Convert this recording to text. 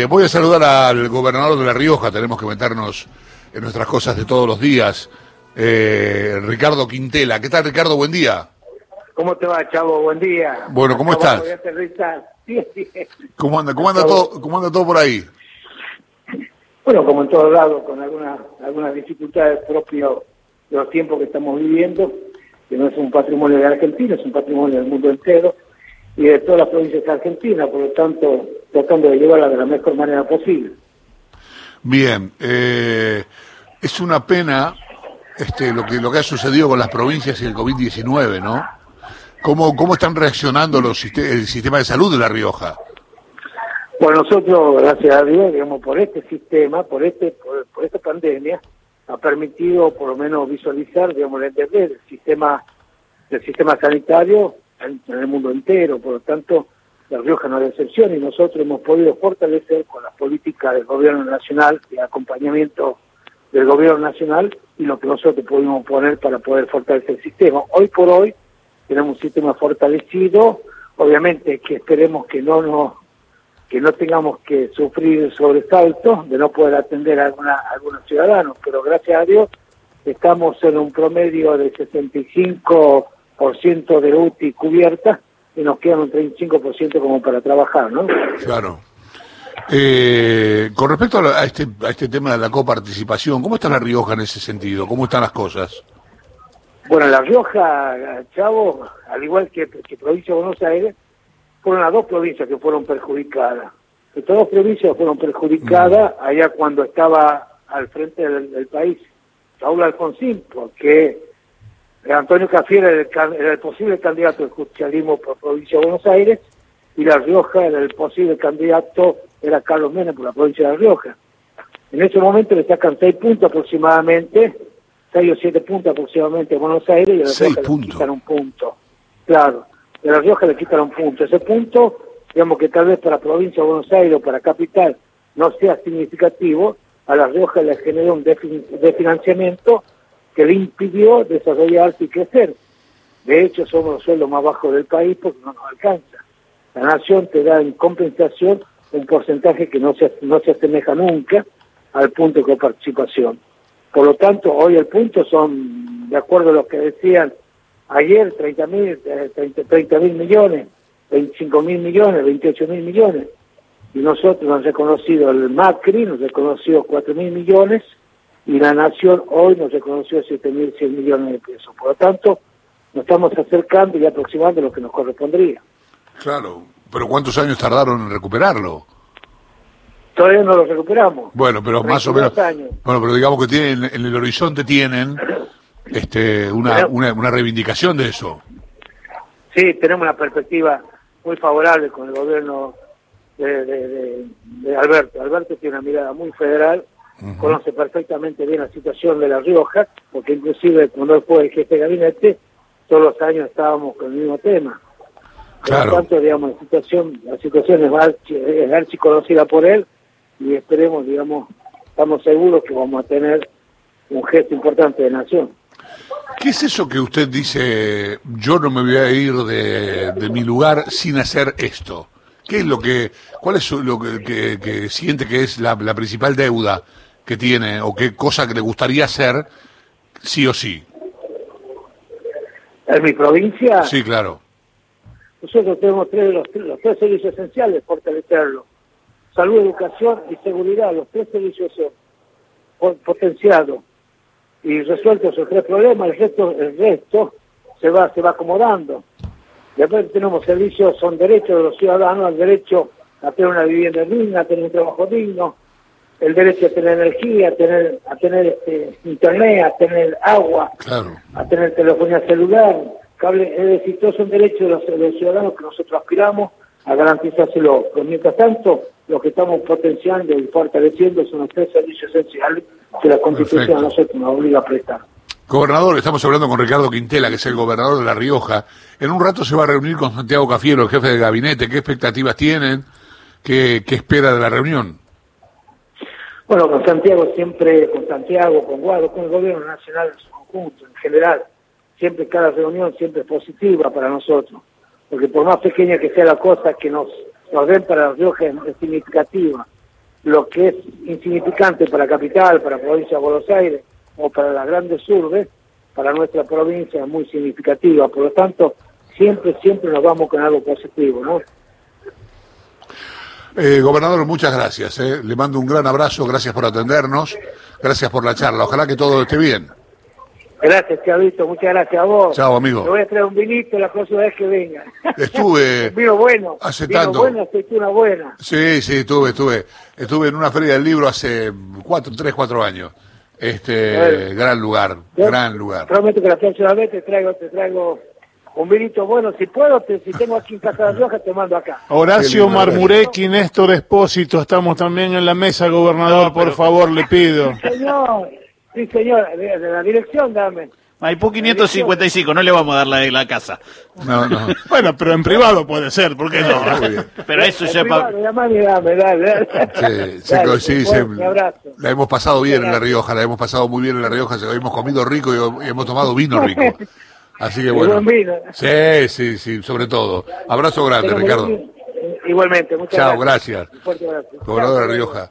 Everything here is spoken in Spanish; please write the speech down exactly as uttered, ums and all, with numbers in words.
Eh, voy a saludar al gobernador de La Rioja, tenemos que meternos en nuestras cosas de todos los días. Eh, Ricardo Quintela. ¿Qué tal, Ricardo? Buen día. ¿Cómo te va, Chavo? Buen día. Bueno, ¿cómo Acabo estás? de aterrizar. Bien, bien. ¿Cómo anda, cómo anda Acabo... todo, cómo anda todo por ahí? Bueno, como en todos lados, con algunas algunas dificultades propias de los tiempos que estamos viviendo, que no es un patrimonio de Argentina, es un patrimonio del mundo entero y de todas las provincias de Argentina, por lo tanto, tratando de llevarla de la mejor manera posible. Bien, eh, es una pena este, lo que lo que ha sucedido con las provincias y el COVID diecinueve, ¿no? ¿Cómo, cómo están reaccionando los el sistema de salud de La Rioja? Bueno, nosotros, gracias a Dios, digamos, por este sistema, por este por, por esta pandemia, ha permitido por lo menos visualizar, digamos, el entender del sistema, del sistema sanitario en, en el mundo entero. Por lo tanto, La Rioja no es la excepción y nosotros hemos podido fortalecer con las políticas del gobierno nacional, de acompañamiento del gobierno nacional y lo que nosotros pudimos poner para poder fortalecer el sistema. Hoy por hoy tenemos un sistema fortalecido, obviamente que esperemos que no nos que no tengamos que sufrir sobresaltos de no poder atender a, alguna, a algunos ciudadanos, pero gracias a Dios estamos en un promedio de sesenta y cinco por ciento de U T I cubierta y nos quedan un treinta y cinco por ciento como para trabajar, ¿no? Claro. Eh, con respecto a, a, este, a este tema de la coparticipación, ¿cómo está La Rioja en ese sentido? ¿Cómo están las cosas? Bueno, La Rioja, Chavo, al igual que, que provincia de Buenos Aires, fueron las dos provincias que fueron perjudicadas. Estas dos provincias fueron perjudicadas mm. allá cuando estaba al frente del, del país Raúl Alfonsín, porque Antonio Cafiero era el, era el posible candidato del justicialismo por provincia de Buenos Aires y La Rioja era el posible candidato, era Carlos Menem por la provincia de La Rioja. En ese momento le sacan seis puntos aproximadamente, seis o siete puntos aproximadamente a Buenos Aires y a La Rioja le quitan un punto. Claro. De La Rioja le quitan un punto. Ese punto, digamos que tal vez para provincia de Buenos Aires o para capital no sea significativo, a La Rioja le generó un desfinanciamiento que le impidió desarrollarse y crecer. De hecho, somos los sueldos más bajos del país porque no nos alcanza. La nación te da en compensación un porcentaje que no se, no se asemeja nunca al punto de coparticipación. Por lo tanto, hoy el punto son, de acuerdo a lo que decían ayer, treinta mil, treinta mil millones, veinticinco mil millones, veintiocho mil millones. Y nosotros nos han reconocido el Macri, nos reconoció cuatro mil millones, y la Nación hoy nos reconoció siete mil cien millones de pesos. Por lo tanto, nos estamos acercando y aproximando lo que nos correspondría. Claro, pero ¿cuántos años tardaron en recuperarlo? Todavía no lo recuperamos. Bueno, pero más o menos. Años. Bueno, pero digamos que tienen, en el horizonte tienen este una, una, una reivindicación de eso. Sí, tenemos una perspectiva muy favorable con el gobierno de, de, de, de Alberto. Alberto tiene una mirada muy federal, uh-huh. Conoce perfectamente bien la situación de La Rioja, porque inclusive cuando él fue el jefe de gabinete, todos los años estábamos con el mismo tema. Claro. Por lo tanto, digamos, la situación, la situación es archi, es archi conocida por él y esperemos, digamos, estamos seguros que vamos a tener un gesto importante de nación. ¿Qué es eso que usted dice, yo no me voy a ir de, de mi lugar sin hacer esto? ¿Qué es lo que, cuál es lo que, que, que siente que es la, la principal deuda que tiene o qué cosa que le gustaría hacer sí o sí? ¿En mi provincia? Sí, claro. Nosotros tenemos tres, los, los tres servicios esenciales, fortalecerlo. Salud, educación y seguridad, los tres servicios son potenciados y resueltos esos tres problemas, el resto, el resto se va, se va acomodando. Después tenemos servicios, son derechos de los ciudadanos, el derecho a tener una vivienda digna, a tener un trabajo digno, el derecho a tener energía, a tener, a tener este, internet, a tener agua, claro. A tener telefonía celular, cable, es decir, todos son derechos de los, de los ciudadanos que nosotros aspiramos a garantizárselo. Pero mientras tanto, lo que estamos potenciando y fortaleciendo son los tres servicios esenciales que la Constitución Perfecto. A nosotros nos obliga a prestar. Gobernador, estamos hablando con Ricardo Quintela, que es el gobernador de La Rioja. En un rato se va a reunir con Santiago Cafiero, el jefe de gabinete. ¿Qué expectativas tienen? ¿Qué, qué espera de la reunión? Bueno, con Santiago siempre, con Santiago, con Guado, con el gobierno nacional en su conjunto, en general, siempre cada reunión siempre es positiva para nosotros, porque por más pequeña que sea la cosa que nos, nos den para La Rioja es significativa. lo que es insignificante para Capital, para la provincia de Buenos Aires o para las grandes urbes, para nuestra provincia es muy significativa. Por lo tanto, siempre, siempre nos vamos con algo positivo, ¿no? Eh, gobernador, muchas gracias. Eh. Le mando un gran abrazo, gracias por atendernos, gracias por la charla. Ojalá que todo esté bien. Gracias, Chavito, muchas gracias a vos. Chao, amigo. Te voy a traer un vinito la próxima vez que venga. Estuve vino bueno, hace vino tanto. bueno, aceituna buena. Sí, sí, estuve, estuve. Estuve en una feria del libro hace cuatro, tres, cuatro años. Este, bueno, gran lugar, yo gran lugar. Prometo que la próxima vez te traigo, te traigo un vinito bueno. Si puedo, te, si tengo aquí en Casa de Rioja, te mando acá. Horacio Marmurecki, Néstor Espósito, estamos también en la mesa, gobernador, no, pero... por favor, le pido. Sí, señor, sí, señor, de, de la dirección, dame. Maipú quinientos cincuenta y cinco, no le vamos a dar la de la casa. No, no. Bueno, pero en privado puede ser, ¿por qué no? Pero eso ya para... Dame, dame, dale, dale. Sí, dale, sí, sí, un abrazo. La hemos pasado bien en La Rioja, la hemos pasado muy bien en La Rioja, hemos comido rico y hemos tomado vino rico. Así que bueno. Vino. Sí, sí, sí, sobre todo. Abrazo grande, Ricardo. Igualmente, muchas Chao, gracias. Chao, gracias. Gobernador de La Rioja.